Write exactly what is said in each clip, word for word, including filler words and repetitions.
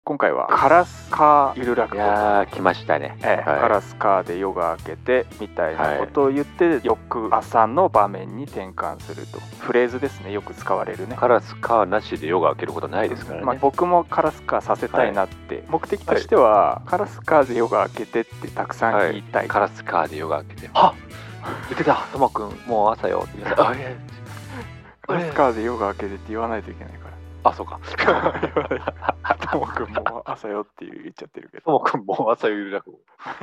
今回はカラスカゆる落語。 いやー来ましたね、 ええはい、 カラスカで夜が明けてみたいなことを言って、はい、翌朝の場面に転換するとフレーズですね。よく使われるね。 カラスカなしで夜が明けることないですからね、 まあ、僕もカラスカさせたいなって、はい、目的としては、はい、カラスカで夜が明けてってたくさん言いたい、はい、 カラスカで夜が明けてはっ言ってたともくんもう朝よって言ってあいやカラスカで夜が明けてって言わないといけないからあ、そうか。 ともくんもう朝よって言っちゃってるけど。 ともくんもう朝ゆる落語。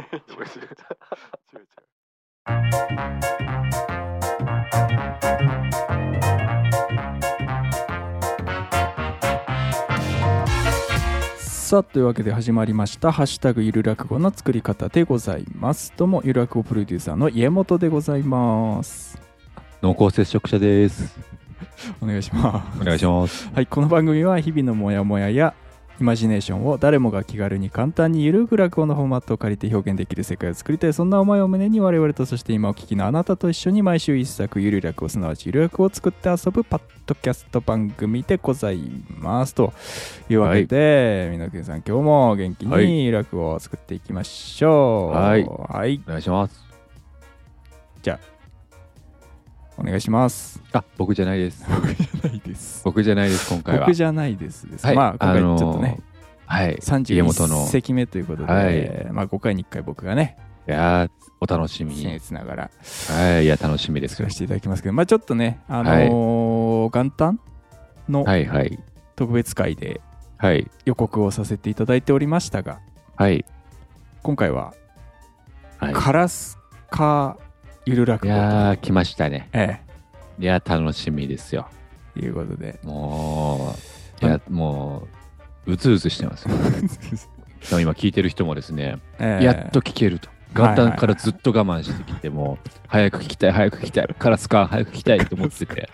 さあというわけで始まりましたハッシュタグゆる落語の作り方でございます。どうもゆる落語プロデューサーの家元でございます。 濃厚接触者です。 お願いします。 お願いします。 はい、この番組は日々のモヤモヤやイマジネーションを誰もが気軽に簡単にゆるく落語のフォーマットを借りて表現できる世界を作りたい、そんな思いを胸に我々とそして今お聞きのあなたと一緒に毎週一作ゆる落語すなわちゆる落語を作って遊ぶパッドキャスト番組でございますというわけで、はい、みなけんさん今日も元気にゆる落語を作っていきましょう。 はい、 はい、 お願いします。 じゃあお願いします。 あ、僕じゃないです。 僕じゃないです。 僕じゃないです。今回は僕じゃないですです、 はい、 まあ今回ちょっとね、 あのー、はい、 さんじゅういっ席目ということで、 はい、 まあごかいにいっかい僕がね、 いやお楽しみに僭越ながら、 はい、いや楽しみです作らせていただきますけど、まあちょっとね、あのーはい、元旦の特別会で予告をさせていただいておりましたが、はい、今回は、はい、カラスカゆる落語。 いやー来ましたね。 ええ、いや楽しみですよ。 ということで、 もういやもううつうつしてますよ。今聞いてる人もですね、えー、やっと聞けると。元旦からずっと我慢してきて、もう早く聞きたい早く聞きたいカラスカ早く聞きたいと思ってて。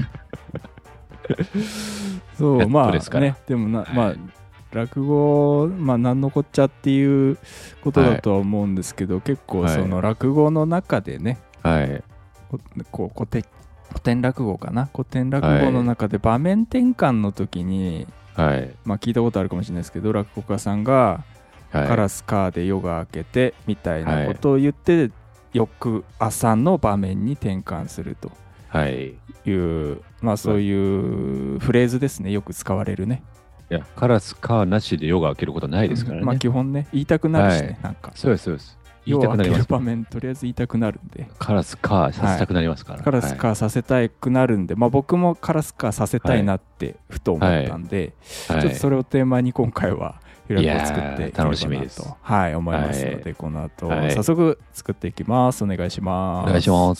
そうまあね、でもな、はい、まあ落語、まあ何のこっちゃっていうことだとは思うんですけど、はい、結構その落語の中でね、はい、こう古典古典落語かな古典落語の中で場面転換の時に、はい、まあ聞いたことあるかもしれないですけど、落語家さんが、はい、カラスカで夜が明けてみたいなことを言って、はい、翌朝の場面に転換するという、はい、まあそういうフレーズですね。よく使われるね。 いやカラスカなしで夜が明けることないですからね。 まあ基本ね言いたくなるしね、はい、なんかそうですそうです。言いたくなります。夜が明ける場面とりあえず言いたくなるんで、 カラスカさせたくなりますから、はい、 カラスカさせたくなるんで、まあ僕もカラスカさせたいなってふと思ったんで、はい、ちょっとそれをテーマに今回はゆる落語を作っていければなと、はい、思いますので、はい、この後、はい、早速作っていきます。お願いします。 お願いします。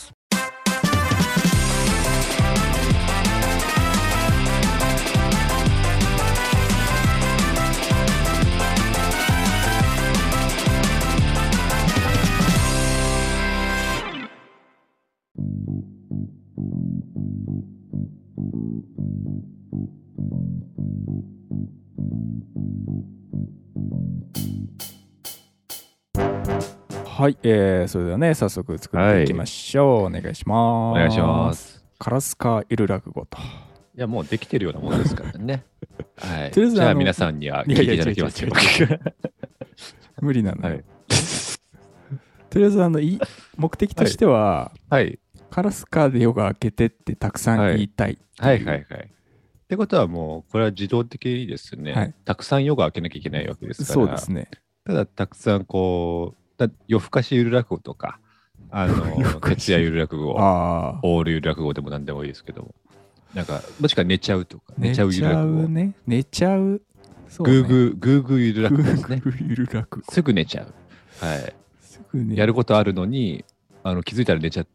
はい、えー、それではね早速作っていきましょう、はい、お願いします。 お願いします。 カラスカゆる落語と、いやもうできてるようなものですからね。はい、じゃあ皆さんには聞いていただきますよ。 無理なのよ、はい、とりあえずあのい目的としては、はいはい、カラスカで夜が明けてってたくさん言いたい、 はい、はいはいはいってことはもうこれは自動的にですね、はい、たくさん夜が明けなきゃいけないわけですから。 そうですね。 ただたくさんこうだ夜更かしゆる落語とかあの徹夜ゆる落語オールゆる落語でも何でもいいですけども、なんかもしくは寝ちゃうとか寝ちゃうゆる落語、 ね、寝ちゃうそう、ね、グーグーグーグーゆる落語ですね。 グーグーゆる落語すぐ寝ちゃう、はい、すぐ寝やることあるのにあの気づいたら寝ちゃって、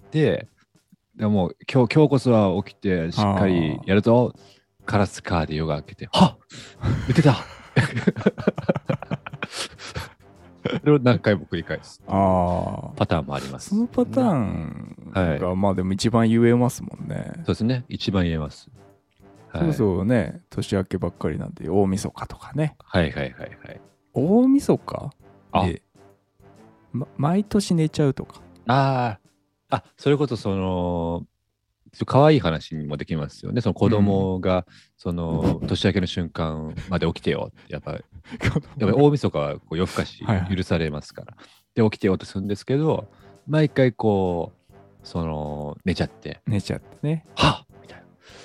でも今日今日こそは起きてしっかりやるとカラスカーで夜が明けてはっ寝てたそれを何回も繰り返すあパターンもあります。 そのパターンが、はい、まあでも一番言えますもんね。 そうですね、一番言えます。 はい、そうそうね、年明けばっかりなんで大晦日とかね。 はいはいはいはい。 大晦日で、ま、毎年寝ちゃうとか。 ああ、あそれこそその可愛い話にもできますよね。その子供が、その年明けの瞬間まで起きてよって、やっぱり、やっぱり大晦日はこう夜更かし許されますから。で、起きてよとするんですけど、毎回こう、その、寝ちゃって。 寝ちゃってね。 はっみたいな。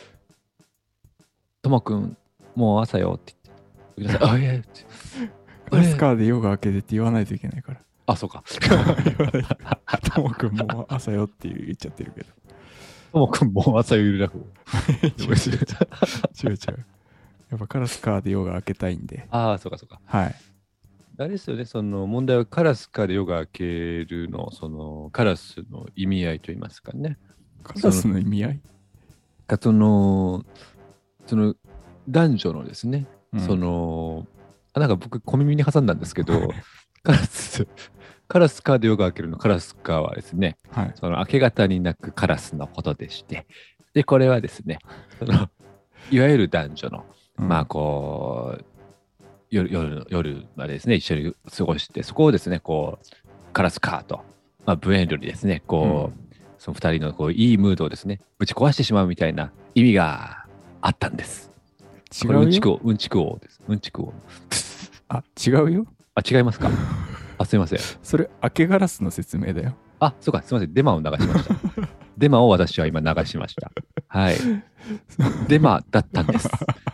ともくん、もう朝よって言って。あ、いやいや。 クラスカーで夜が明けてって言わないといけないから。 あ、そうか。 ともくんもう朝よって言っちゃってるけど。 ともくんもう朝よゆる落語。 違う違う。違う違う。やっぱカラスカーで夜が明けたいんで。 ああ、そうかそうか。 はい。 あれですよね、その問題はカラスカで夜が明けるの、そのカラスの意味合いといいますかね。 カラスの意味合いかその、その男女のですね、うん、その、あなんか僕小耳に挟んだんですけど、カラス、カラスカで夜が明けるのカラスカはですね、はい、その明け方に鳴くカラスのことでして、で、これはですね、そのいわゆる男女の、うん、まあこう、夜, 夜, 夜までですね、一緒に過ごして、そこをですね、こう、カラスカーと、まあ、ブエンドにですね、こう、うん、その二人のこういいムードをですね、ぶち壊してしまうみたいな意味があったんです。 違うよ。 うんちく王、うんちく王です。うんちく王。 あ、違うよ。 あ、違いますか。あ、すいません。 それ、明けガラスの説明だよ。 あ、そうか、すいません。デマを流しました。デマを私は今流しました。はい。デマだったんです。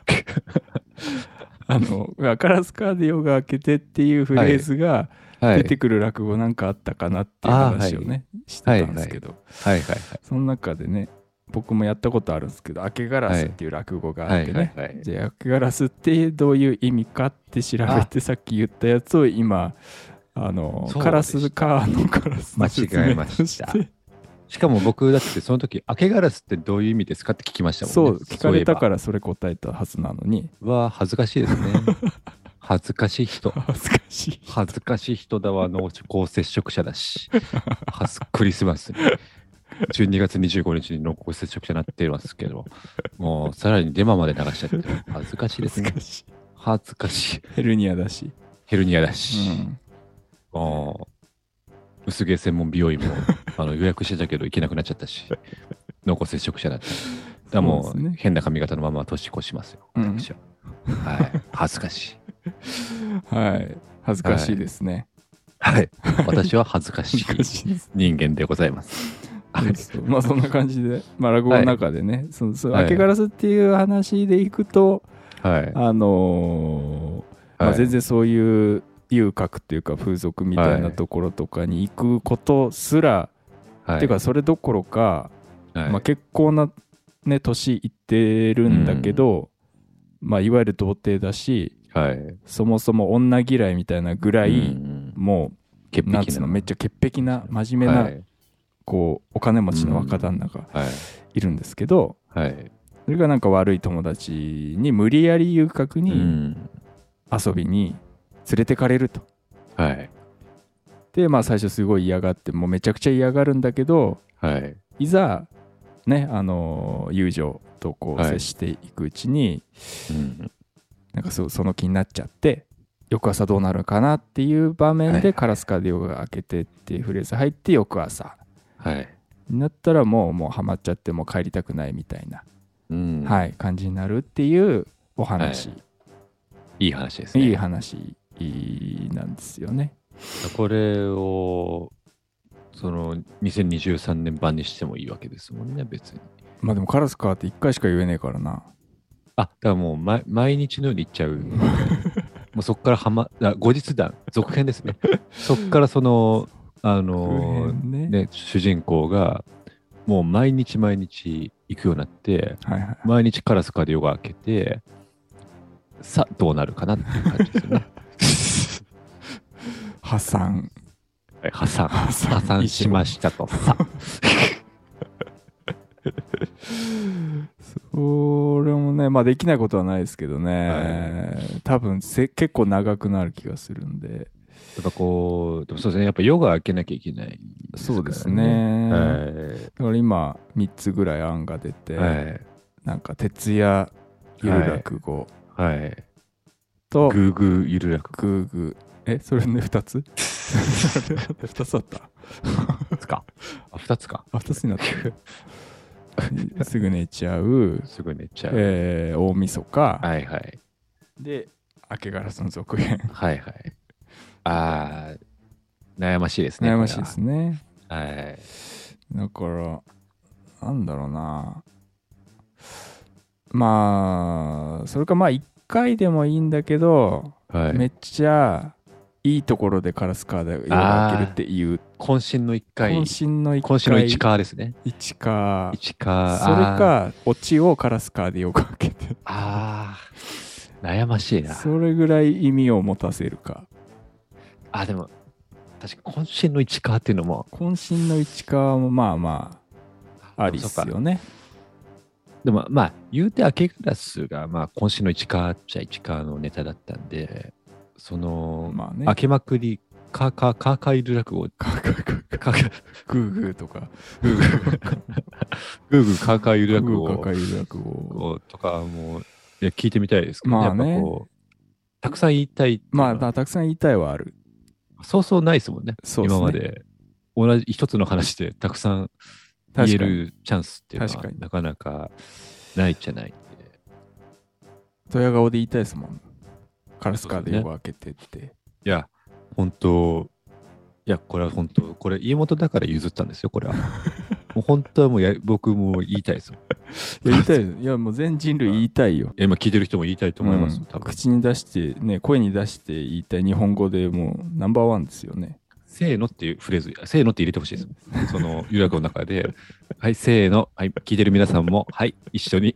あのカラスカーで夜が明けてっていうフレーズが出てくる落語なんかあったかなっていう話をね、はい、してたんですけど、 はいはいはい、 その中でね、僕もやったことあるんですけど、明けガラスっていう落語があってね、はいはいはいはい、じゃあ明けガラスってどういう意味かって調べて、さっき言ったやつを今あのカラスカーのカラスの説明として間違えました。しかも僕だってその時、明けガラスってどういう意味ですかって聞きましたもんね。 そう、聞かれたからそれ答えたはずなのに。 うわ、恥ずかしいですね。恥ずかしい人。 恥ずかしい。 恥ずかしい人だわ、濃厚接触者だし。クリスマスに。じゅうにがつにじゅうごにちに濃厚接触者になってますけど、もうさらにデマまで流しちゃって、恥ずかしいですね。恥ずかしい。恥ずかしい。 ヘルニアだし。 ヘルニアだし。うん、薄毛専門美容院もあの予約してたけど行けなくなっちゃったし、濃厚接触者だった。だからもう、ね、変な髪型のまま年越しますよ、私は。うん、はい。恥ずかしい。 はい。恥ずかしいですね。 はい。はい、私は恥ずかしい人間でございます。 はい、そうまあそんな感じで、まあ、落語の中でね、はい、そのその明けガラスっていう話でいくと、はい、あのーまあ、全然そういう遊郭っていうか風俗みたいなところとかに行くことすら、はい、っていうかそれどころか、はいまあ、結構な、ね、年いってるんだけど、うんまあ、いわゆる童貞だし、はい、そもそも女嫌いみたいなぐらい、うん、もうなんつうのめっちゃ潔癖な真面目な、はい、こうお金持ちの若旦那がいるんですけど、はい、それがなんか悪い友達に無理やり遊郭に遊びに連れてかれると、はい、でまあ最初すごい嫌がってもうめちゃくちゃ嫌がるんだけど、はい、いざねあの友情とこう接していくうちに、はいうん、なんか そ, その気になっちゃって翌朝どうなるかなっていう場面で、はい、カラスカで夜が明けてっていうフレーズ入って翌朝、はい、になったらもうもうハマっちゃってもう帰りたくないみたいな、うんはい、感じになるっていうお話、はい、 いい話ですね。 いい話なんですよね。 これをそのにせんにじゅうさんねん版にしてもいいわけですもんね別に。 まあでもカラスカっていっかいしか言えねえからな。 あ、だからもう、ま、毎日のように言っちゃう。もうそこからはま、後日談、続編ですね。そこからその、あのーねね、主人公が、もう毎日毎日行くようになって、はいはい、毎日カラスカで夜が明けて、さ、どうなるかなっていう感じですよね。 破産。 はい、破産。破産しましたと。さ。 それもね、まあできないことはないですけどね、はい、多分せ結構長くなる気がするんで。 やっぱこう、でもそうですね、やっぱ夜が明けなきゃいけない、ね。 そうですね。はい、だから今みっつぐらい案が出て、はい、なんか徹夜ゆる落語、はい、はい、とグーグーゆる落語。グーグー。え、それね、ふたつふたつあった。 ふたつか。あ、ふたつか。 あ、ふたつになってる。 すぐ寝ちゃう。 すぐ寝ちゃう。 えー、大晦日。 はいはい。 で、明けガラスの続編。 はいはい。ああ、悩ましいですね。 悩ましいですね。 はい。 だから、なんだろうな。まあ、それかまあいっかいでもいいんだけど、はい、めっちゃいいところでカラスカーで夜が明けるっていう。 渾身のいっかい。 渾身のいっかい。 渾身のいちカーですね。 いちカー。 いちカー。 それか、オチをカラスカーで夜が明けて。 ああ、悩ましいな。 それぐらい意味を持たせるか。 あ、でも、確か渾身のいちカーっていうのも。 渾身のいちカーもまあまあ、ありっすよね。 でもまあ、言うて明けガラスが、まあ、渾身のいちカーっちゃいちカーのネタだったんで、その、まあね、明けまくり、カーカー、カーカーいる落語、カーカー、カーカー、 グーグーとか、 グーグー、グーグー、カーカーいる落語、 カーカーいる落語とかも、いや、聞いてみたいですけど、まあね、やっぱこう、たくさん言いたい。 まあ、たくさん言いたいはある。 そうそうないですもんね。そうですね。今まで、同じ一つの話でたくさん言えるチャンスっていうのはなかなかないじゃないんで。 ドヤ顔で言いたいですもん。カラスカーで夜が明けてって。ね、 いや、本当いや、これは本当これ家元だから譲ったんですよ、これは。もう本当はもうや僕も言いたいですよ。 いや、言いたい。いや、もう全人類言いたいよ。 今聞いてる人も言いたいと思います、うん、 多分。口に出して、ね、声に出して言いたい日本語でもうナンバーワンですよね。 せーのっていうフレーズ、せーのって入れてほしいです。その予約の中で、はい、せーの、はい、聞いてる皆さんも、はい、一緒に。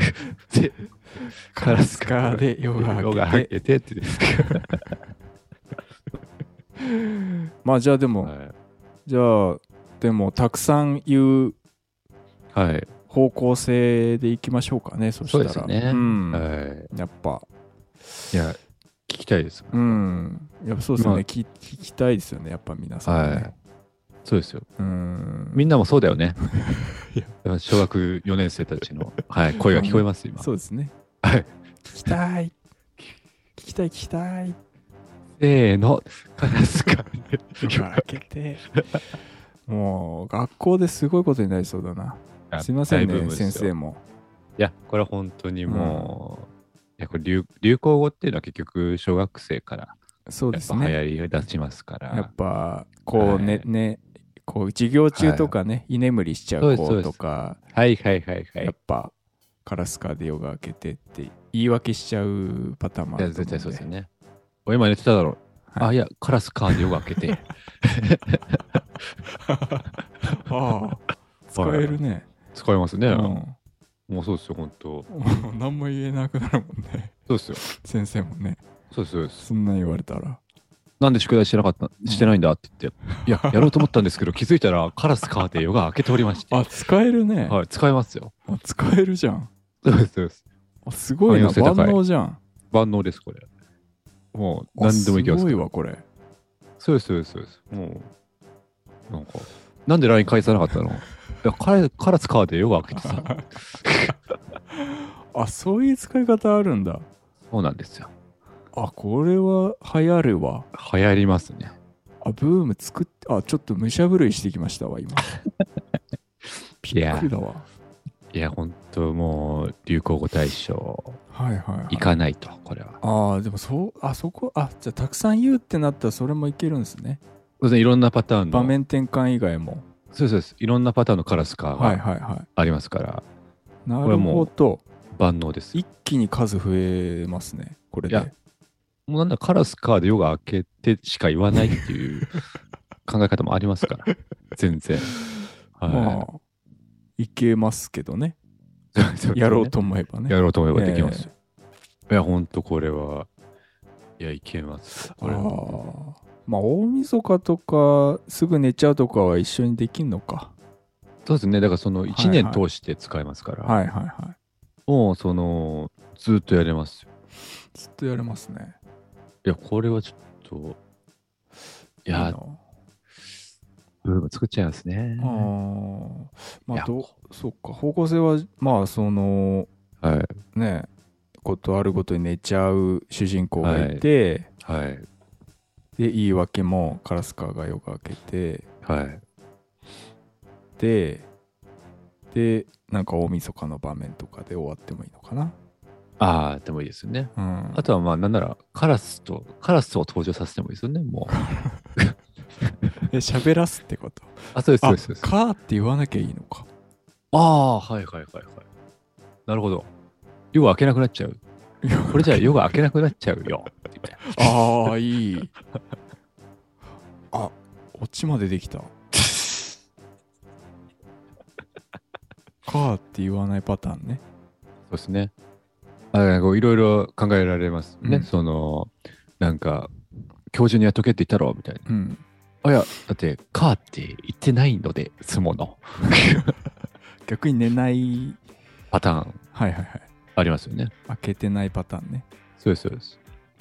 カラスカーで夜が明けて。ってまあじゃあでも、はい、じゃあでもたくさん言う方向性でいきましょうかね。そしたら。 そうですね。 うん、 はい、 やっぱ。 いや、聞きたいです。 うん。やっぱそうですよね、まあ、聞。聞きたいですよね、やっぱ皆さんね。はい、 そうですよ。うん。みんなもそうだよね。小学よねん生たちの、はい、声が聞こえます、今。 そうですね。 はい。 聞きたい。聞きたい、聞きたい。 せーの、カラスカーで夜が明けて。もう、学校ですごいことになりそうだな。すいませんね、先生も。 いや、これは本当にもう、うん、いやこれ 流, 流行語っていうのは結局小学生からそうですね。 流行りを出しますから。 やっぱこうね、はい、ね、こう授業中とかね、はい、居眠りしちゃう子とか、 はいはいはいはい。 やっぱカラスカーで夜が明けてって言い訳しちゃうパターンもあると思うんで。 絶対そうですよね。お今寝てただろう。はい、あ、いや、カラスカーで夜が明けて。 ああ、使えるね。 使えますね。うん、もうそうですよ、本当。 何も言えなくなるもんね。 そうですよ。 先生もね。 そうです、そうです。 そんな言われたら。 なんで宿題してなかった、してないんだって言って。いや、やろうと思ったんですけど、気づいたらカラスカーで夜が明けておりまして。 あ、使えるね。 はい、使えますよ。 あ、使えるじゃん。 そうです、そうです。 あ、すごいな、万能じゃん。 万能です、これ。もう、何でもいけます。 すごいわ、これ。 そうです、そうです、そうです。もう、なんか、なんで ライン 返さなかったの？いや、カラ、カラスカーで夜が明けてさ。 あ、そういう使い方あるんだ。 そうなんですよ。 あ、これは流行るわ。 流行りますね。 あ、ブーム作って、あ、ちょっと武者震いしてきましたわ、今。びっくりだわ。 いや、ほんともう、流行語大賞。 はいはい、はい。 いかないと、これは。 ああ、でもそう、あそこ、あ、じゃあたくさん言うってなったらそれもいけるんですね。 そうですね、いろんなパターンの。 場面転換以外も。 そうです。いろんなパターンのカラスカーがありますから。はいはいはい、 なるほど。 万能です。 一気に数増えますね、これで。いや、 もうなんだ、カラスカーで夜が明けてしか言わないっていう考え方もありますから。全然。 はい、まあ、いけますけどね。やろうと思えばね。 やろうと思えばできますよ。えー、いや、ほんとこれは、いや、いけます。これは。 あまあ、大晦日とか、すぐ寝ちゃうとかは一緒にできんのか。 そうですね。だからそのいちねん通して使えますから。 はいはいはい。 もう、その、ずっとやれますよ。 ずっとやれますね。 いや、これはちょっと、いや、ブーム作っちゃいますね。 ああ。まあ、どう、そっか。方向性は、まあ、その、 はい。 ね、ことあるごとに寝ちゃう主人公がいて、 はい。はい、 で、言い訳もカラスカーが夜が明けて、 はい。 で、で、 なんか大晦日の場面とかで終わってもいいのかな。 ああ、でもいいですよね。 うん、 あとはまあなんならカラスとカラスを登場させてもいいですよね。もうえ喋らすってこと。 あ、そうですそうですそうです。 カーって言わなきゃいいのか。 ああ、はいはいはいはい。なるほど。夜が明けなくなっちゃう。これじゃあ夜が明けなくなっちゃうよ。 ああ、いい。あ、オチまでできた。カーって言わないパターンね。 そうですね。あ、こういろいろ考えられますね。 うん、 そのなんか今日中にやっとけって言ったろみたいな。 うん。 あ、いやだってカーって言ってないので済むの。 逆に寝ないパターン。 はいはいはい。 ありますよね。 開けてないパターンね。 そうですそうです。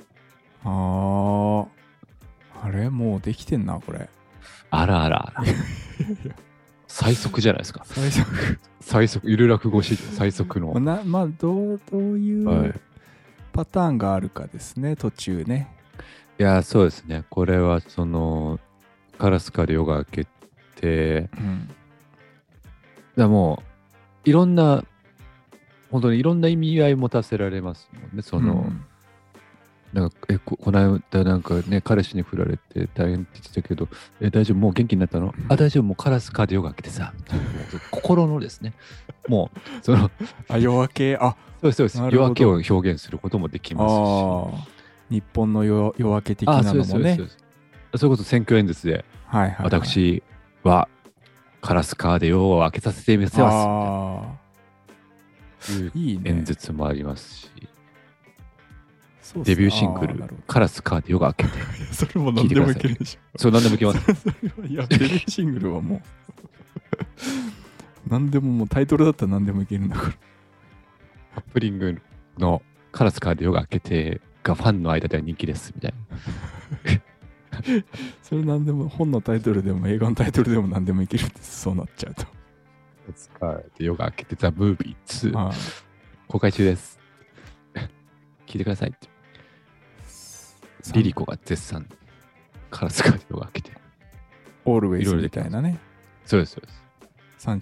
ああ、あれもうできてんなこれ。 あらあらあら。最速じゃないですか。 最速。 最速、ゆる落語史上最速の。 なまあどうどういうパターンがあるかですね、途中ね。 いやそうですね。これはそのカラスカで夜が明けて、うん、だもういろんな本当にいろんな意味合い持たせられますもんね。その、うん、なんかえ こ, この間なんかね彼氏に振られて大変って言ってたけど、え大丈夫もう元気になったの、うん、あ大丈夫もうカラスカで夜が明けてさ心のですねもうそのあ夜明けあそうですそうです夜明けを表現することもできますし、 日本の 夜, 夜明け的なのもね。そうですそれこそ選挙演説で、はいはいはい、私はカラスカで夜を明けさせてみせますみたいな。いい演説もありますし、いい、ね、デビューシングル「カラスカーで夜が明けて」 それも何でもいけるでしょ。 そう何でもいけます。 いやデビューシングルはもう何でももうタイトルだったら何でもいけるんだから。 カップリングの「カラスカーで夜が明けて」がファンの間では人気ですみたいな。 それ何でも本のタイトルでも映画のタイトルでも何でもいけるんです。そうなっちゃうと。 夜が明けてザ・ムービーツー、ああ公開中です。聞いてくださいって。リリコが絶賛カラスカで夜が明けて。 オールウェイズみたいなね。 そうですそうです。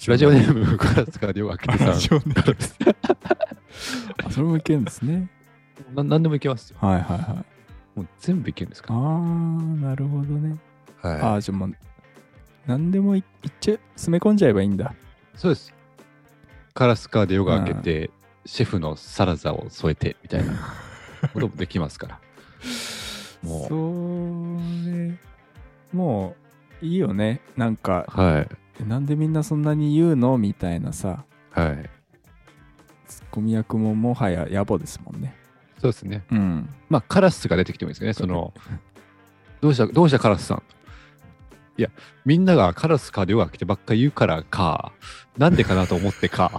ラジオネームカラスカで夜が明けてさ。ラジオネームあそれもいけるんですね。 な何でもいけますよ。 はいはいはい。 もう全部いけるんですか。 ああなるほどね。はい。ああじゃあもう何でもいっちゃ詰め込んじゃえばいいんだ。 そうです。カラスカで夜が明けて、シェフのサラダを添えてみたいなこともできますから。もう。それ、もういいよね。なんか、 はい、 なんでみんなそんなに言うのみたいなさ。 はい。 ツッコミ役ももはや野暮ですもんね。 そうですね。 うん。 まあ、カラスが出てきてもいいですよね。その、どうした、どうしたカラスさん。いや、みんながカラスかで夜が来てばっか言うからか、なんでかなと思ってか。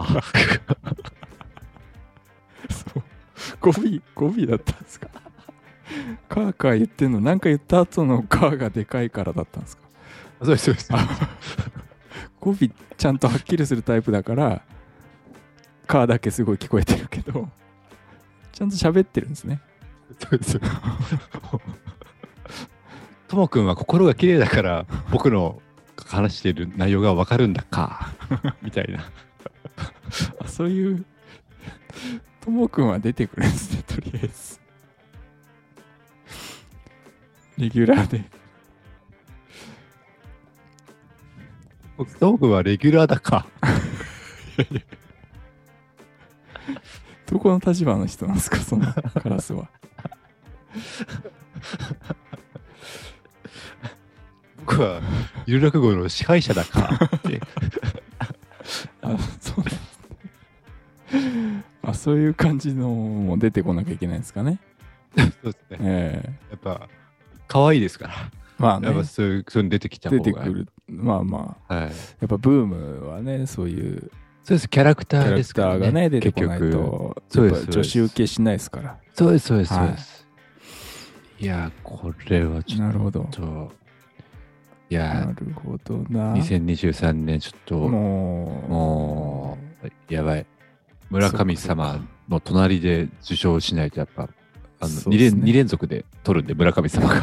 そう。語尾、語尾だったんですか。カーカー言ってんの、なんか言った後のカーがでかいからだったんですか。 そうです、そうです。 語尾ちゃんとはっきりするタイプだから、カーだけすごい聞こえてるけど、ちゃんと喋ってるんですね。 そうです。ともくんは心が綺麗だから僕の話している内容が分かるんだかみたいな。 あそういうともくんは出てくるんですね。とりあえずレギュラーで。 ともくんはレギュラーだか。 いやいやどこの立場の人なんですかそのカラスは。 僕はゆる落語の支配者だかってあそうですね。あそういう感じのも出てこなきゃいけないんですかね。 そうですね、えー、やっぱ可愛いですからまあね、 やっぱそういうそういうの出てきた方が出てくる。まあまあ、はい、やっぱブームはねそういうそうですキャラクターですからね。 キャラクターがね出てこないとそうです女子受けしないですから。 そうですそうですそうです、はい、いやこれはちょっとなるほど。 いやなるほどな。 にせんにじゅうさんねんちょっともうもうやばい。村神様の隣で受賞しないとやっぱあの 2, 連、ね、に連続で取るんで村神様が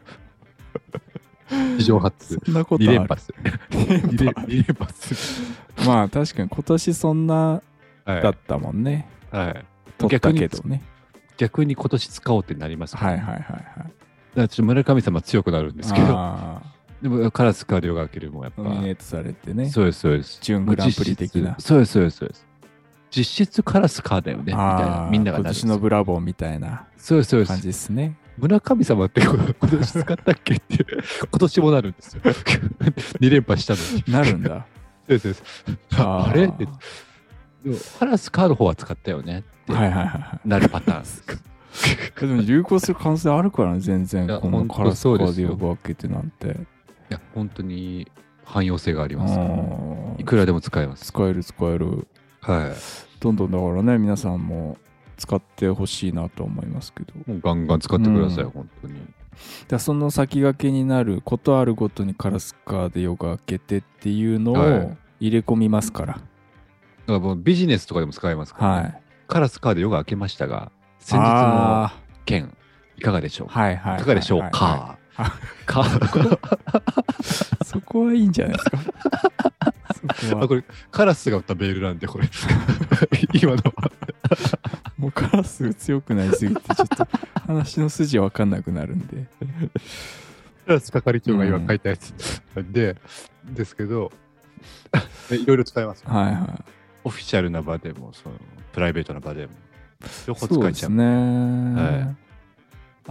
史上初そんなことに連発に連発まあ確かに今年そんなだったもんね。 はい。はい、 取ったけどね。 逆に今年使おうってなりますから、 ね。はいはいはいはい。 だからちょっと村神様強くなるんですけど、でもカラスカリオが開けるもやっぱ。 ノミネートされてね。 そうですそうです。 準グランプリ的な。 そうですそうですそうです。実質カラスカーだよねみたいな、みんながなるんですよ。 今年のブラボーみたいな感じですね。 村神様って今年使ったっけっていう今年もなるんですよ。に連覇したのに。 なるんだ。 そうです。あ, あれってでもカラスカーの方は使ったよねってなるパターンです。 でも流行する可能性あるからね、全然。このカラスカーで呼ぶわけってなんて。いや本当に汎用性があります。いくらでも使えます。 使える使える。はい。どんどんだからね、皆さんも使ってほしいなと思いますけど。 もうガンガン使ってください、うん、本当に。 でその先駆けになることあるごとにカラスカーで夜が明けてっていうのを入れ込みますから。はい、だからもうビジネスとかでも使えますから、ね。はい。カラスカーで夜が明けましたが、先日の件いかがでしょうか。はいはい。いかがでしょうか。か。 そこはいいんじゃないですか。そこはあこれカラスが打ったメールなんでこれ今のはもうカラス強くなりすぎてちょっと話の筋わかんなくなるんでカラス係長が今書いたやつなんで、うん、ですけどいろいろ使えます、ね、 はいはいオフィシャルな場でもそのプライベートな場でも両方使えちゃう。そうですね、はい、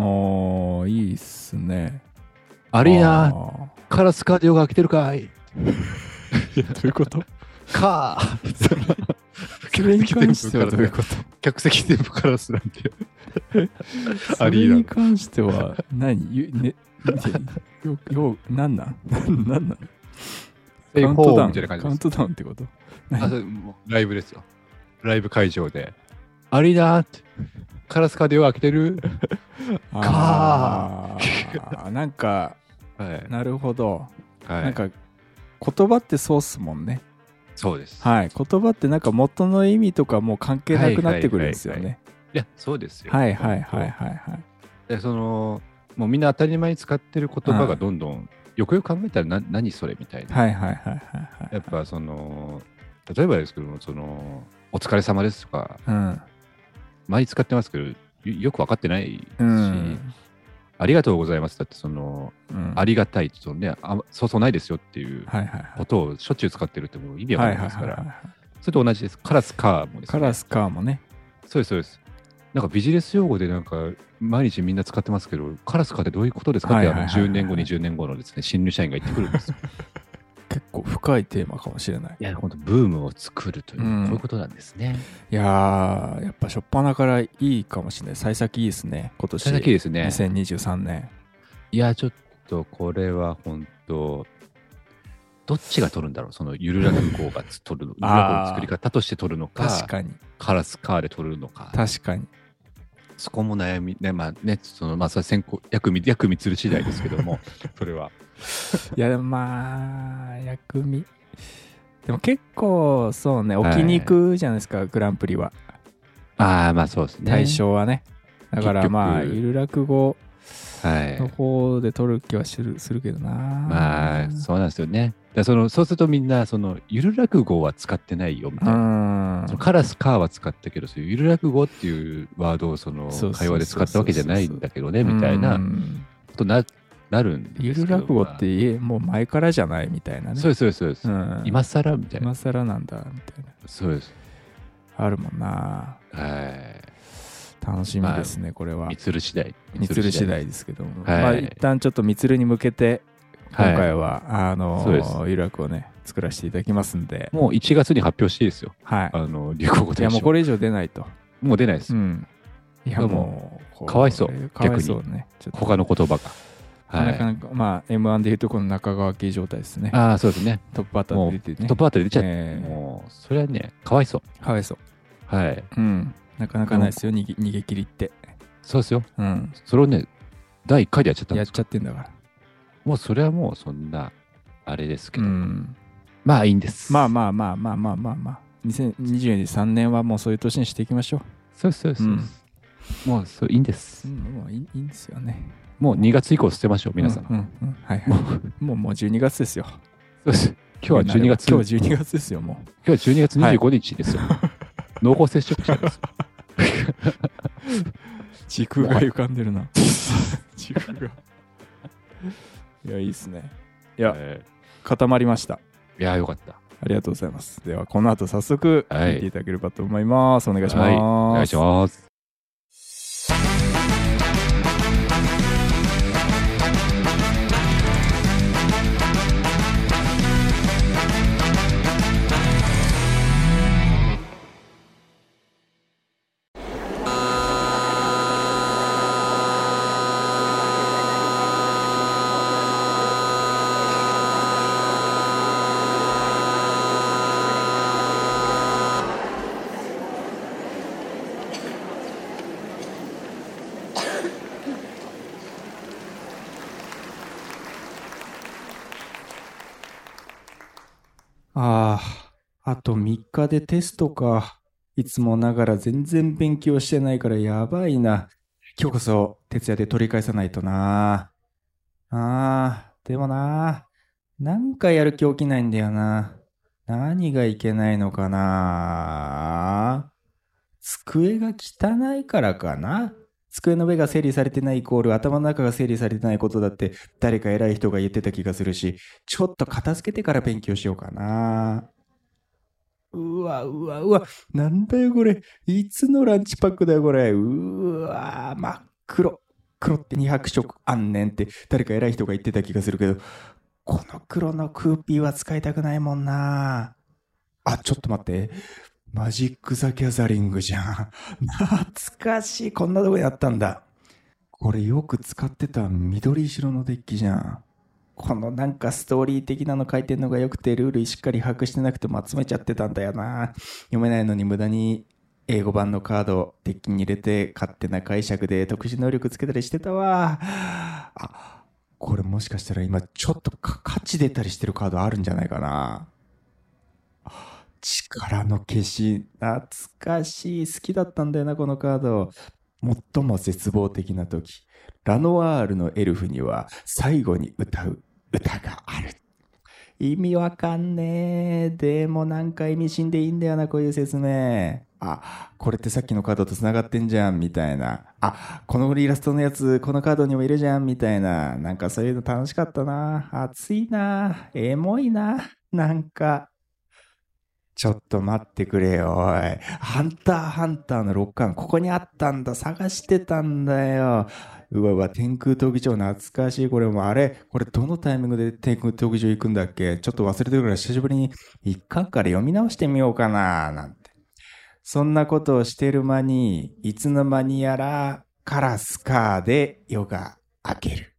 ああいいっすね。 あれなカラスカーで夜が明けてるかいどういうことかそれに関してはどういうこと客席全部カラスなんてそれに関しては何ねよよ何なん何なんカウントダウンみたいな感じです。カウントダウンってことあそライブですよ。ライブ会場でアリーナーってカラスカーで夜が明けてるかーなんか、はい、なるほど、はい、なんか言葉ってそうっすもんね。 そうです。 はい。言葉ってなんか元の意味とかもう関係なくなってくるんですよね。はいはいはいはい、 いや、そうですよ。 はいはいはいはいはい。 で、その、もうみんな当たり前に使ってる言葉がどんどん、はい、よくよく考えたらな何それみたいな。 はいはいはいはい、はい。 やっぱその、例えばですけども、その、お疲れ様ですとか、うん、前に使ってますけど、よ, よく分かってないし、うん、ありがとうございますだってその、うん、ありがたいそのねあそうそうないですよっていうことをしょっちゅう使ってるってもう意味わかんないですから、それと同じです。カラスカーもですね。 カラスカーもね。 そうですそうです。なんかビジネス用語でなんか毎日みんな使ってますけど、カラスカーってどういうことですかって、あのじゅうねんごにじゅうねんごのですね新入社員が言ってくるんですよ。 結構深いテーマかもしれない。 いや本当ブームを作るという、うん、こういうことなんですね。 いやーやっぱ初っ端からいいかもしれない。幸先いいですね今年。 幸先いいですね。 にせんにじゅうさんねん。 いやちょっとこれは本当どっちが取るんだろう。そのゆるらく号が取るのゆるらくの作り方として取るのか、 確かにカラスカーで取るのか、 確かにそこも悩みね。まあねそのまあそれ先行薬味薬味つる次第ですけどもそれはいやでもまあ薬味でも結構そうね置きに行くじゃないですか、はい、グランプリは。 ああまあそうですね。 対象はね。だからまあゆるらく号の方で取る気はする、するけどな。 まあそうなんですよね。だそのそうするとみんなそのゆるらく号は使ってないよみたいな。そのカラスカーは使ったけどそういうゆるらく号っていうワードをその会話で使ったわけじゃないんだけどねみたいなことななるんですけど。 ゆるらく号ってもう前からじゃないみたいなね。 そうですそうですそうです、うん、今更みたいな。 今更なんだみたいな。 そうです。 あるもんな。はい。楽しみですね、まあ、これは。 みつる次第。 みつる次第ですけども。はい、まあ一旦ちょっとみつるに向けて、今回は、はい、あの、ゆるらくをね、作らせていただきますんで。 もういちがつに発表していいですよ。はい。あの、流行語大賞。 いや、もうこれ以上出ないと。 もう出ないです。 うん。いや、もう、 かわいそう。 かわいそうね。 他の言葉が。 はい、なかなか、まあ、エムワン でいうとこの中川系状態ですね。 ああ、そうですね。 トップバッターで出てね。 トップバッターで出ちゃって、えー、もう、それはね、かわいそう。 かわいそう。 はい。 うん。なかなかないですよ、逃げ、逃げ切りって。 そうですよ。うん。それをね、だいいっかいでやっちゃったんです。 やっちゃってんだから。 もうそれはもうそんな、あれですけど。うん、まあいいんです。 まあまあまあまあまあまあまあ。にせんにじゅうさんねんはもうそういう年にしていきましょう。 そうですそうです。うん、もうそれいいんです。 うん、もういい、いいんですよね。 もうにがつ以降捨てましょう、皆さん。 うんうんうん、はいはい。もうもうじゅうにがつですよ。 そうです。 今日はじゅうにがつ。 今日はじゅうにがつですよ、もう。 今日はじゅうにがつにじゅうごにちですよ。はい、濃厚接触者です。 時空が浮かんでるな。時空が。いや、いいっすね。いや、えー、固まりました。 いや、よかった。 ありがとうございます。では、この後早速、見ていただければと思います。はい、お願いします。はい、お願いします。 ああ、あとみっかでテストか。いつもながら全然勉強してないからやばいな。今日こそ徹夜で取り返さないとな。ああ、でもな。なんかやる気起きないんだよな。何がいけないのかな。机が汚いからかな。机の上が整理されてないイコール頭の中が整理されてないことだって誰か偉い人が言ってた気がするし、ちょっと片付けてから勉強しようかな。うわうわうわ、なんだよこれ。いつのランチパックだよこれ。うわ真っ黒。黒ってにひゃくしょくあんねんって誰か偉い人が言ってた気がするけど、この黒のクーピーは使いたくないもんな。あ、ちょっと待って。マジック・ザ・ギャザリングじゃん。懐かしい。こんなとこにあったんだ。これよく使ってた緑色のデッキじゃん。このなんかストーリー的なの書いてんのがよくてルールしっかり把握してなくても集めちゃってたんだよな。読めないのに無駄に英語版のカードデッキに入れて勝手な解釈で特殊能力つけたりしてたわ。あ、これもしかしたら今ちょっと価値出たりしてるカードあるんじゃないかな。力の消し、懐かしい。好きだったんだよな、このカード。最も絶望的な時、ラノワールのエルフには最後に歌う歌がある。意味わかんねえ。でもなんか意味深でいいんだよな、こういう説明。あ、これってさっきのカードと繋がってんじゃん、みたいな。あ、このイラストのやつ、このカードにもいるじゃん、みたいな。なんかそういうの楽しかったな。熱いな。エモいな。なんか。ちょっと待ってくれよ、おい。ハンターハンターのろっかん、ここにあったんだ。探してたんだよ。うわうわ、天空闘技場懐かしい。これもあれ、これどのタイミングで天空闘技場行くんだっけ？ちょっと忘れてるから久しぶりに一巻から読み直してみようかな、なんて。そんなことをしてる間に、いつの間にやらカラスカーで夜が明ける。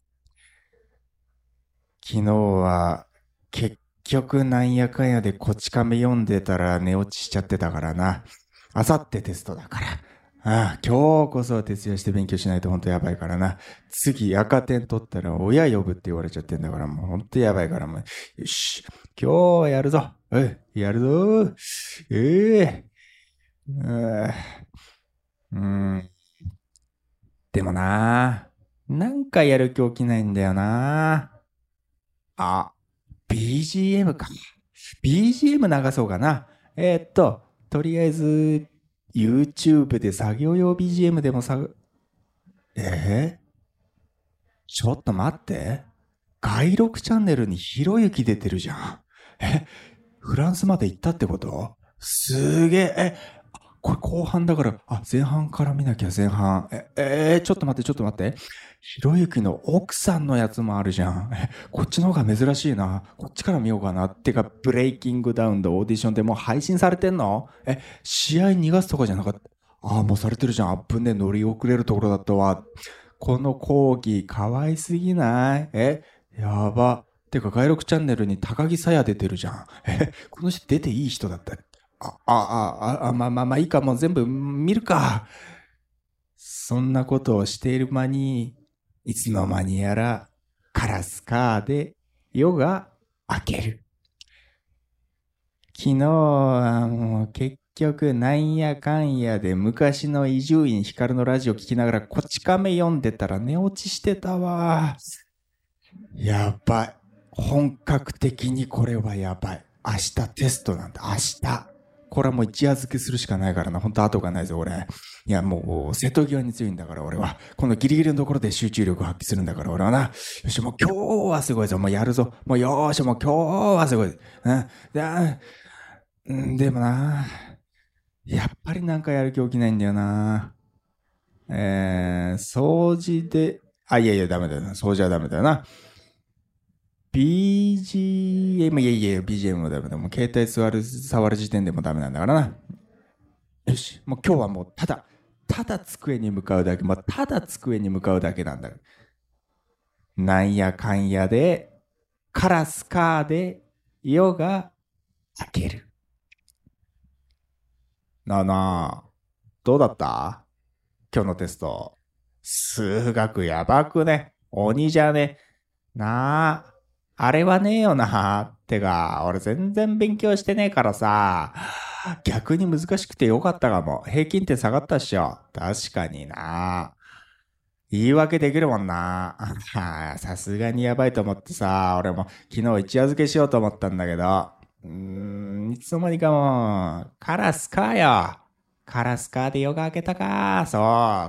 昨日は結結局なんやかんやでこち亀読んでたら寝落ちしちゃってたからな。あさってテストだから。ああ、今日こそ徹夜して勉強しないとほんとやばいからな。次赤点取ったら親呼ぶって言われちゃってんだからもうほんとやばいからもう。よし、今日はやるぞ。おい、やるぞ。ええー。うん。でもな、なんかやる気起きないんだよな。あ。ビージーエム か。ビージーエム 流そうかな。えー、っと、とりあえず、YouTube で作業用 ビージーエム でもさ、えー、ちょっと待って。外録チャンネルにひろゆき出てるじゃん。え、フランスまで行ったってこと？すげえ。え、これ後半だから、あ、前半から見なきゃ前半。え、えー、ちょっと待って、ちょっと待って。ひろゆきの奥さんのやつもあるじゃん。え、こっちの方が珍しいな。こっちから見ようかな。ってか、ブレイキングダウンのオーディションでもう配信されてんの？え、試合逃がすとかじゃなかった？ああ、もうされてるじゃん。アップで乗り遅れるところだったわ。この講義、かわいすぎない？え、やば。てか、外録チャンネルに高木さや出てるじゃん。え、この人出ていい人だった。あ、あ、あ、あ、まあまあまあいいか。もう全部見るか。そんなことをしている間に、いつの間にやらカラスカーで夜が明ける。昨日はもう結局なんやかんやで昔の伊集院光のラジオ聞きながらこち亀読んでたら寝落ちしてたわ。やばい。 本格的にこれはやばい。明日テストなんだ。明日。これはもう一夜漬けするしかないからな。本当後がないぞ、俺。いや、もう、瀬戸際に強いんだから、俺は。このギリギリのところで集中力を発揮するんだから、俺はな。よし、もう今日はすごいぞ。もうやるぞ。もうよーし、もう今日はすごい。うん。でもな、やっぱりなんかやる気起きないんだよな。えー、掃除で、あ、いやいや、ダメだよな。掃除はダメだよな。ビージーエム、いやいや、ビージーエム もダメだ。もう携帯座る、触る時点でもダメなんだからな。よし、もう今日はもうただ、ただ机に向かうだけ、もうただ机に向かうだけなんだ。なんやかんやで、カラスカーで、夜が明ける。なあなあ、どうだった?今日のテスト。数学やばくね。鬼じゃね。なあ。あれはねえよな。てか、俺全然勉強してねえからさ。逆に難しくてよかったかも。平均点下がったっしょ。確かにな。言い訳できるもんな。さすがにやばいと思ってさ、俺も昨日一夜漬けしようと思ったんだけど。うーん、いつの間にかもう、カラスかよ。カラスカで夜が明けたか。そう、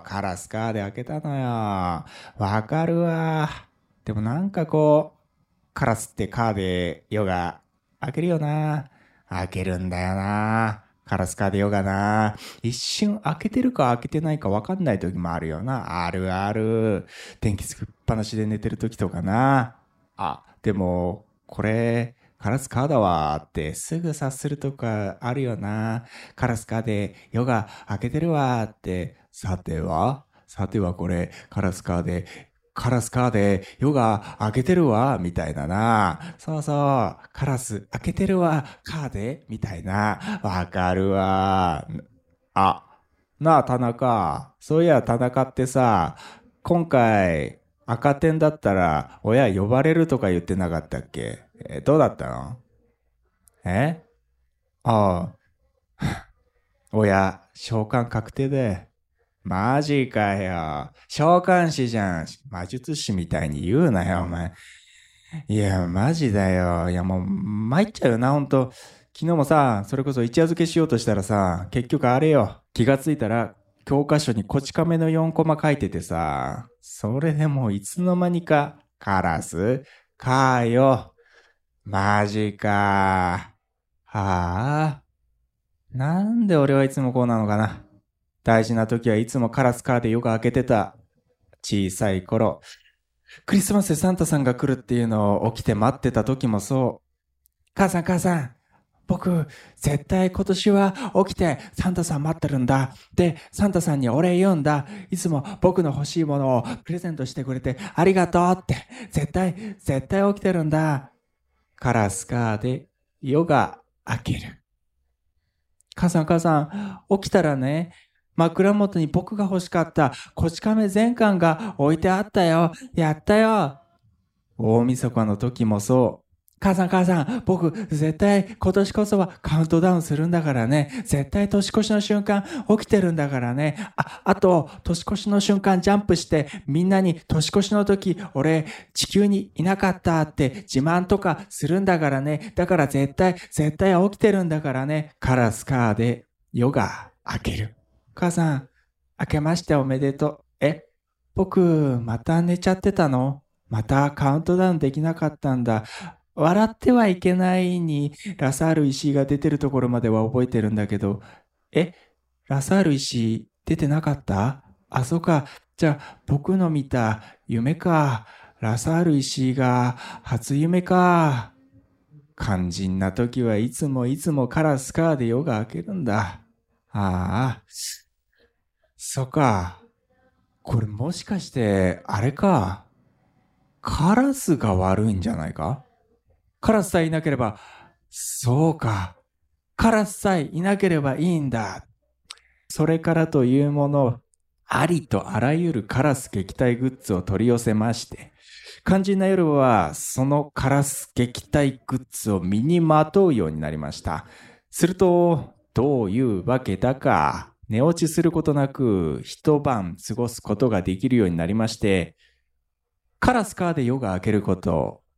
カラスカで明けたのよ。わかるわ。でもなんかこう、カラスってカーで夜が明けるよな。明けるんだよな。カラスカーで夜がな。一瞬明けてるか明けてないか分かんない時もあるよな。あるある。電気つけっぱなしで寝てる時とかな。あ、でも、これ、カラスカーだわーってすぐ察するとかあるよな。カラスカーで夜が明けてるわーって。さてはさてはこれ、カラスカーでカラスカーで夜が明けてるわみたいなな。そうそう。カラス明けてるわカーでみたいな。わかるわ。あ、なあ田中。そういや田中ってさ、今回赤点だったら親呼ばれるとか言ってなかったっけ？え、どうだったの？え？ああ。親、召喚確定で。マジかよ。召喚師じゃん。魔術師みたいに言うなよ、お前。いや、マジだよ。いや、もう、参っちゃうよな、ほんと。昨日もさ、それこそ一夜漬けしようとしたらさ、結局あれよ。気がついたら、教科書にこち亀のよんコマ書いててさ、それでもういつの間にか、カラスかーよ。マジか。はあ。なんで俺はいつもこうなのかな。大事な時はいつもカラスカーで夜が明けてた。小さい頃。クリスマスでサンタさんが来るっていうのを起きて待ってた時もそう。母さん母さん。僕、絶対今年は起きてサンタさん待ってるんだ。で、サンタさんにお礼言うんだ。いつも僕の欲しいものをプレゼントしてくれてありがとうって。絶対、絶対起きてるんだ。カラスカーで夜が明ける。母さん母さん、起きたらね、枕元に僕が欲しかったこち亀全巻が置いてあったよ。やったよ。大晦日の時もそう。母さん母さん、僕絶対今年こそはカウントダウンするんだからね。絶対年越しの瞬間起きてるんだからね。あ、あと年越しの瞬間ジャンプしてみんなに年越しの時俺地球にいなかったって自慢とかするんだからね。だから絶対絶対起きてるんだからね。カラスカーで夜が明ける。母さん、明けましておめでとう。え、僕また寝ちゃってたの？またカウントダウンできなかったんだ。笑ってはいけないにラサール石井が出てるところまでは覚えてるんだけど、え、ラサール石井出てなかった？あ、そうか。じゃあ僕の見た夢か。ラサール石井が初夢か。肝心な時はいつもいつもカラスカーで夜が明けるんだ。ああ、そっか。これもしかしてあれか。カラスが悪いんじゃないか？カラスさえいなければ、そうか。カラスさえいなければいいんだ。それからというもの、ありとあらゆるカラス撃退グッズを取り寄せまして、肝心な夜はそのカラス撃退グッズを身にまとうようになりました。すると、どういうわけだか、寝落ちすることなく一晩過ごすことができるようになりまして、カラスカーで夜が明けること、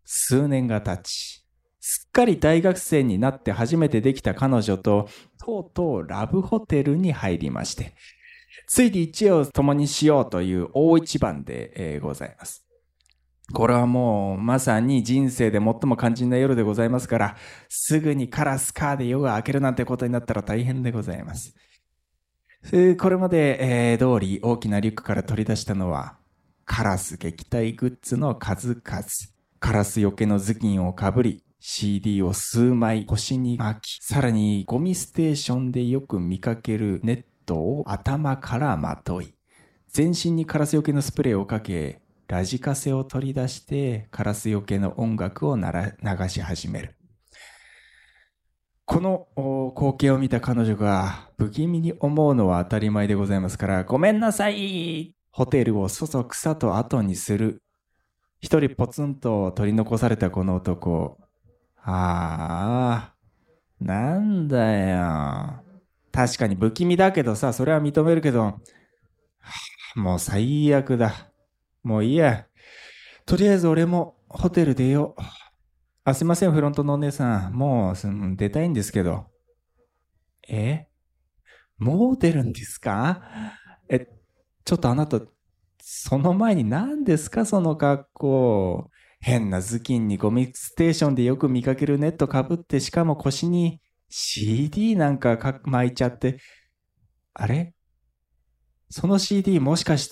数年が経ち、すっかり大学生になって初めてできた彼女と、とうとうラブホテルに入りまして、ついに一夜を共にしようという大一番で、えー、ございます。これはもうまさに人生で最も肝心な夜でございますから、すぐにカラスカーで夜が明けるなんてことになったら大変でございます。これまで、えー、通り大きなリュックから取り出したのは、カラス撃退グッズの数々。カラスよけの頭巾をかぶり、シーディー を数枚腰に巻き、さらにゴミステーションでよく見かけるネットを頭からまとい、全身にカラスよけのスプレーをかけ、ラジカセを取り出してカラスよけの音楽をなら流し始める。この光景を見た彼女が不気味に思うのは当たり前でございますから、ごめんなさい。ホテルをそそくさと後にする。一人ポツンと取り残されたこの男。ああ、なんだよ。確かに不気味だけどさ、それは認めるけど、もう最悪だ。もういいや。とりあえず俺もホテル出よう。あ、すいません、フロントのお姉さん。もう出たいんですけど。え？もう出るんですか？え、ちょっとあなた、その前に何ですかその格好。変な頭巾にゴミステーションでよく見かけるネットかぶって、しかも腰に シーディー なんか巻いちゃって。あれ？その シーディー もしかして、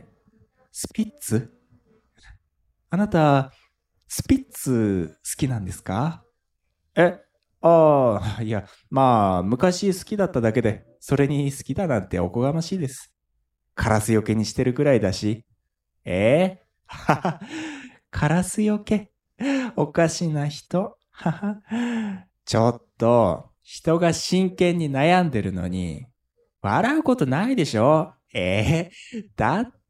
スピッツ？あなた、スピッツ好きなんですか？え、ああ、いや、まあ、昔好きだっただけで、それに好きだなんておこがましいです。カラスよけにしてるくらいだし。えー、はは、カラスよけ？おかしな人。はは。ちょっと、人が真剣に悩んでるのに、笑うことないでしょ？えー、だって、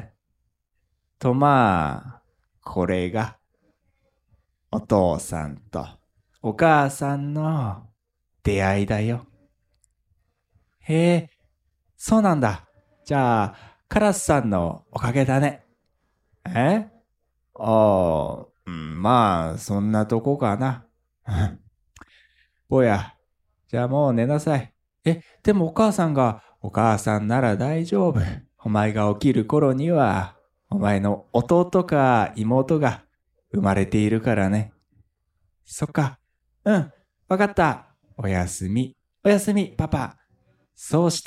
とまあ、これが、お父さんとお母さんの出会いだよ。へえ、そうなんだ。じゃあ、カラスさんのおかげだね。え？ああ、うん、まあ、そんなとこかな。ぼや、じゃあもう寝なさい。え、でもお母さんが、お母さんなら大丈夫。お前が起きる頃には、お前の弟か妹が生まれているからね。そっか。うん、わかった。おやすみ。おやすみ、パパ。そうして、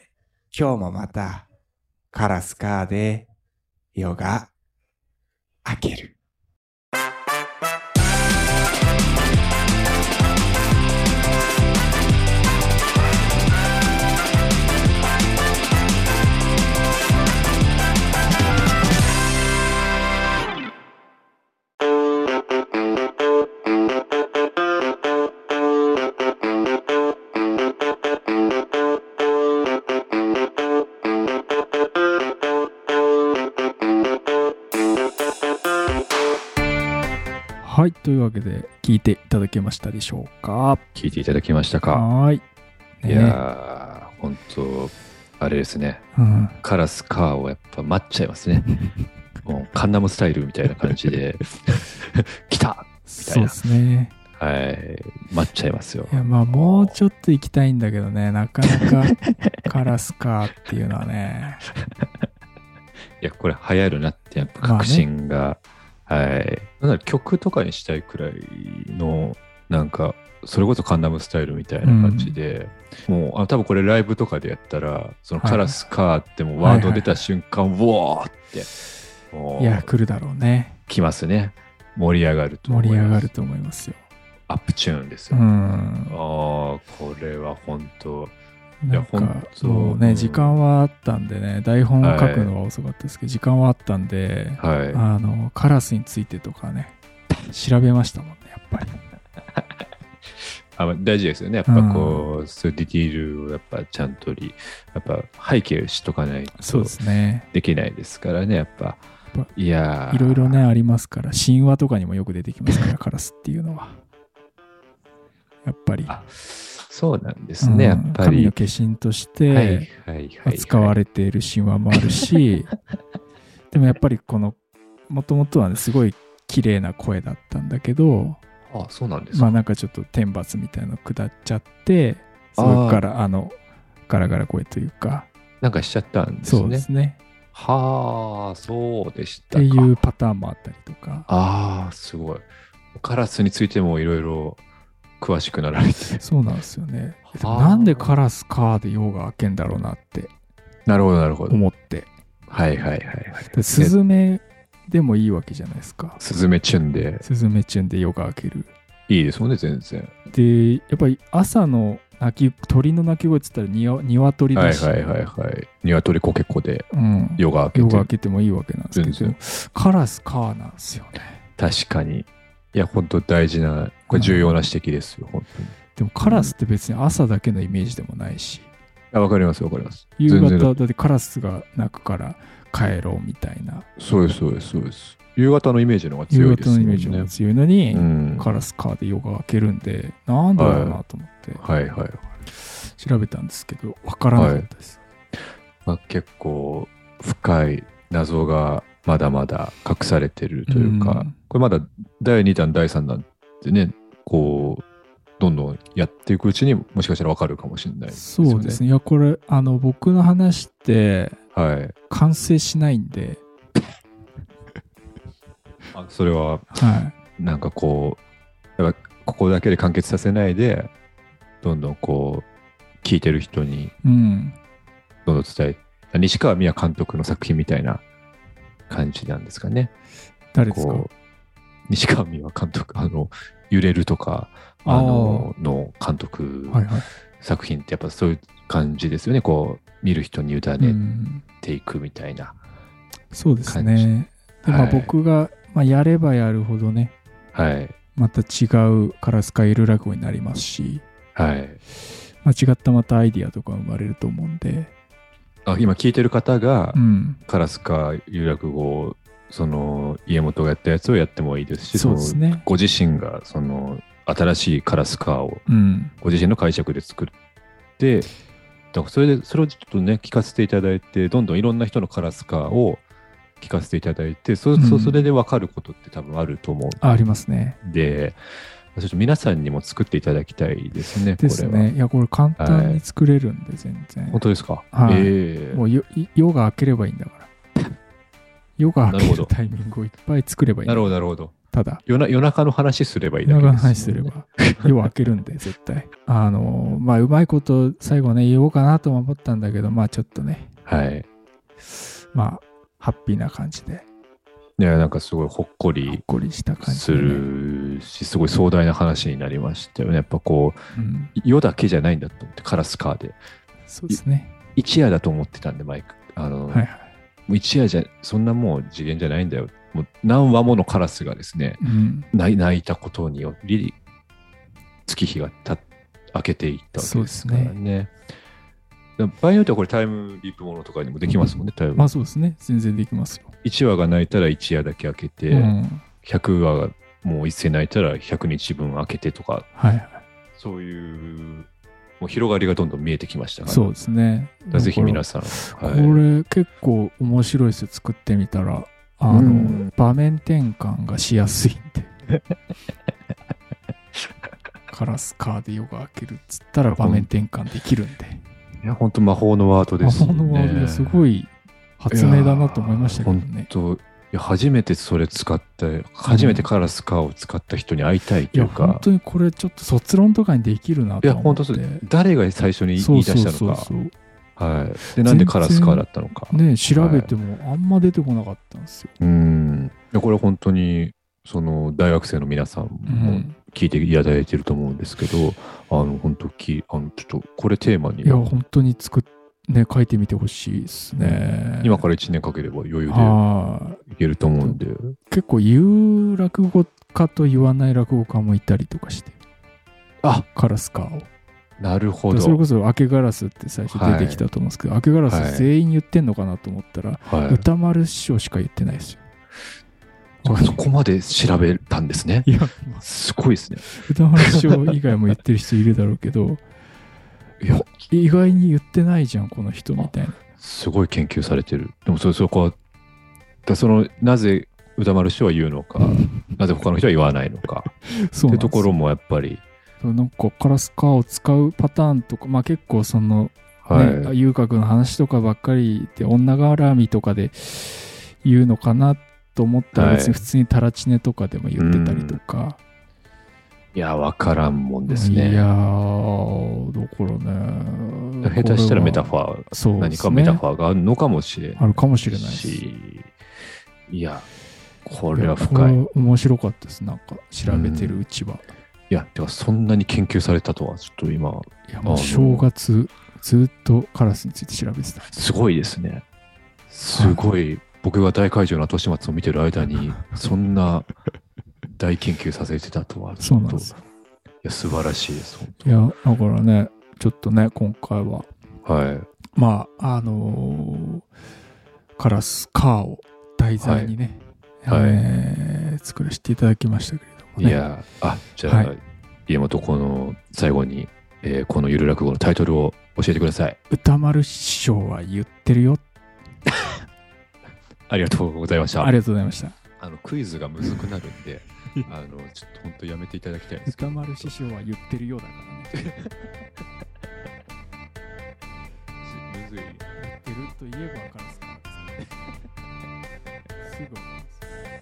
今日もまた、カラスカーで夜が明ける。はい、というわけで聞いていただけましたでしょうか？ 聞いていただけましたか？ はい、 ね、いやー、本当あれですね、うん、カラスカーをやっぱ待っちゃいますね。もうカンナムスタイルみたいな感じで来たみたいな。 そうですね。 はい、待っちゃいますよ。 いや、まあもうちょっと行きたいんだけどね、なかなかカラスカーっていうのはね。 いや、これ流行るなってやっぱ確信が。まあね、はい。なんか曲とかにしたいくらいの、なんか、それこそカンナムスタイルみたいな感じで、うん、もう、あ、多分これライブとかでやったら、そのカラスカーってもうワード出た瞬間、ウォーって、もう、 いや、来るだろうね。 来ますね。盛り上がると思います。 盛り上がると思いますよ。 アップチューンですよ。うん、ああ、これは本当、 なんかもうね、時間はあったんでね、台本を書くのは遅かったですけど、はい、時間はあったんで、はい、あのカラスについてとかね調べましたもんね、やっぱり。 あ、大事ですよね、やっぱこう、うん、そういうディティールをやっぱちゃんとりやっぱ背景を知っとかないとできないですからね、やっぱ。いやいろいろねありますから、神話とかにもよく出てきますからカラスっていうのはやっぱり。 そうなんですね、うん、やっぱり神の化身として扱われている神話もあるし、でもやっぱりこのもともとはねすごい綺麗な声だったんだけど、 ああそうなんですか。 まあなんかちょっと天罰みたいなの下っちゃって、それからあのガラガラ声というかなんかしちゃったんですね。 そうですね。 はあ、そうでしたか。 っていうパターンもあったりとか。 ああ、すごい。カラスについてもいろいろ詳しくなられて。 そうなんですよね。なんでカラスかで夜が明けんだろうなってなるほどなるほど思って。 はいはいはいはい。 でスズメでもいいわけじゃないですか。 スズメチュンで。 スズメチュンで夜が明ける。 いいですもんね、全然。 で、やっぱり朝の鳴き鳥の鳴き声って言ったらニワ、ニワトリだし。 はいはいはいはい。ニワトリコケコで夜が明けて、 夜が明けてもいいわけなんですけど、カラスカーなんですよね。 確かに。いや、本当大事な、これ重要な指摘ですよ、うん、本当に。 でもカラスって別に朝だけのイメージでもないし。 あ、わかりますわかります。 夕方だってカラスが鳴くから帰ろうみたいな。 そうですそうですそうです。夕方のイメージの方が強いですよね。 夕方のイメージの方が強いのに、 うん、 カラスカーで夜が明けるんで、なんだろうなと思って、 はい、はいはいはい調べたんですけど、わからなかったです。 はい、まあ、結構深い謎がまだまだ隠されてるというか、うん、これまだだいにだんだいさんだんってね、こうどんどんやっていくうちにもしかしたらわかるかもしれないですよね。 そうですね。いやこれあの僕の話って完成しないんで、 はい、あそれは、 はい、 なんかこうだからここだけで完結させないでどんどんこう聞いてる人にどんどん伝え、うん、西川美也監督の作品みたいな感じなんですかね。 誰ですか？ 西川美也監督、あの揺れるとかあのの監督、はいはい、作品ってやっぱそういう感じですよね。こう見る人に委ねていくみたいな感じ。 そうですね。で、まあ、僕が、まあ、やればやるほどね、 はい、 また違うカラスカゆる落語になりますし、 はい、 まあ、違ったまたアイディアとか生まれると思うんで。 あ、今聞いてる方が、うん、カラスカゆる落語、その家元がやったやつをやってもいいですし、 そうですね、 そのご自身がその新しいカラスカーをご自身の解釈で作って、うん、だからそれでそれをちょっとね聞かせていただいて、どんどんいろんな人のカラスカーを聞かせていただいて、そ、うん、それで分かることって多分あると思う。 あ、ありますね。 で、ちょっと皆さんにも作っていただきたいですね。 ですね。これは。いやこれ簡単に作れるんで、はい、全然。 本当ですか？ はい、 えー、 もうよ夜が明ければいいんだから。夜が明けるタイミングをいっぱい作ればいい。 なるほどなるほど。 ただ夜な夜中の話すればいいだけです、 夜中の話すれば夜明けるんで絶対。あのまあうまいこと最後ね言おうかなと思ったんだけど、まあちょっとね、 はい、 まあハッピーな感じで。 いやなんかすごいほっこりほっこりした感じ、ね、 するし、すごい壮大な話になりましたよね。やっぱこう、うん、夜だけじゃないんだと思って、カラスカーで。 そうですね。 一夜だと思ってたんでマイク。あの、はいはい、もう一夜じゃそんなもう次元じゃないんだよ。もう何羽ものカラスがですね、うん、泣いたことにより月日がた明けていったわけですからね。そうですね。場合によってはこれタイムリープものとかにもできますもんね、タイム。 まあそうですね。全然できますよ。 いちわが泣いたらいち夜だけ開けて、うん、ひゃくわがもう一斉泣いたらひゃくにちぶん開けてとか、 はいはい、 そういうもう広がりがどんどん見えてきましたから、 そうですね。 ぜひ皆さん、 はい、これ結構面白いですよ。作ってみたらあの、うん、場面転換がしやすいんでカラスカーで夜が明けるっつったら場面転換できるんで。 いや本当魔法のワードですね。 魔法のワードすごい発明だなと思いましたけどね。 本当いや初めてそれ使って初めてカラスカーを使った人に会いたいというか、うん、 いや本当にこれちょっと卒論とかにできるなと思って。いや本当それ誰が最初に言い出したのか。そうそうそうそう、はい、でなんでカラスカーだったのかね調べてもあんま出てこなかったんですよ。 はい、うんいやこれ本当にその大学生の皆さんも聞いていただいてると思うんですけど、うん、あの本当きあのちょっとこれテーマにいや本当に作っね書いてみてほしいですね。 今からいちねんかければ余裕でいけると思うんで。 結構言う落語家と言わない落語家もいたりとかして、 あカラスカーを。 なるほど。 それこそ明けガラスって最初出てきたと思うんですけど、はい、明けガラス全員言ってんのかなと思ったら、はい、歌丸師匠しか言ってないですよ。 そこまで調べたんですね。いやすごいですね。 歌丸師匠以外も言ってる人いるだろうけどいや意外に言ってないじゃんこの人みたいな。 すごい研究されてる。でもそれそこはだそのなぜ歌丸師匠は言うのかなぜ他の人は言わないのかそうってところもやっぱりなんかカラスカーを使うパターンとか、まあ、結構その、はいね、遊郭の話とかばっかりで女絡みとかで言うのかなと思ったら別に普通にタラチネとかでも言ってたりとか、はいいや分からんもんですね。 いやーだからね下手したらメタファー、そう、ね、何かメタファーがあるのかもしれないあるかもしれないしいやこれは深い。 面白かったですなんか調べてるうちは、うん、 いやてかそんなに研究されたとはちょっと今いやもう正月ずっとカラスについて調べてた。 すごいですね。すごい僕が大海上の後始末を見てる間にそんな大研究させてたとはそうなんですよ。 いや素晴らしいです。 いやだからねちょっとね今回ははいまああのー、カラスカーを題材にね、はいえーはい、作らせていただきましたけれどもね。 いやあじゃあ、はい、家元この最後に、えー、このゆる落語のタイトルを教えてください。 歌丸師匠は言ってるよありがとうございました。 ありがとうございました。 あのクイズがむずくなるんであのちょっと本当やめていただきたいです。 歌丸師匠は言ってるようだからねむずい。言ってると言えば分かるんですかすぐ分かるんです。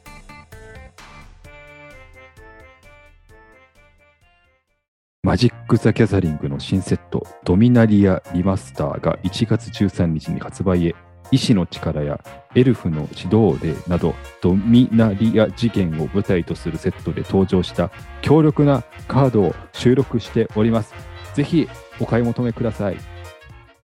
マジック・ザ・ギャザリングの新セットドミナリア・リマスターがいちがつじゅうさんにちに発売へ。意志の力やエルフの指導例などドミナリア次元を舞台とするセットで登場した強力なカードを収録しております。ぜひお買い求めください。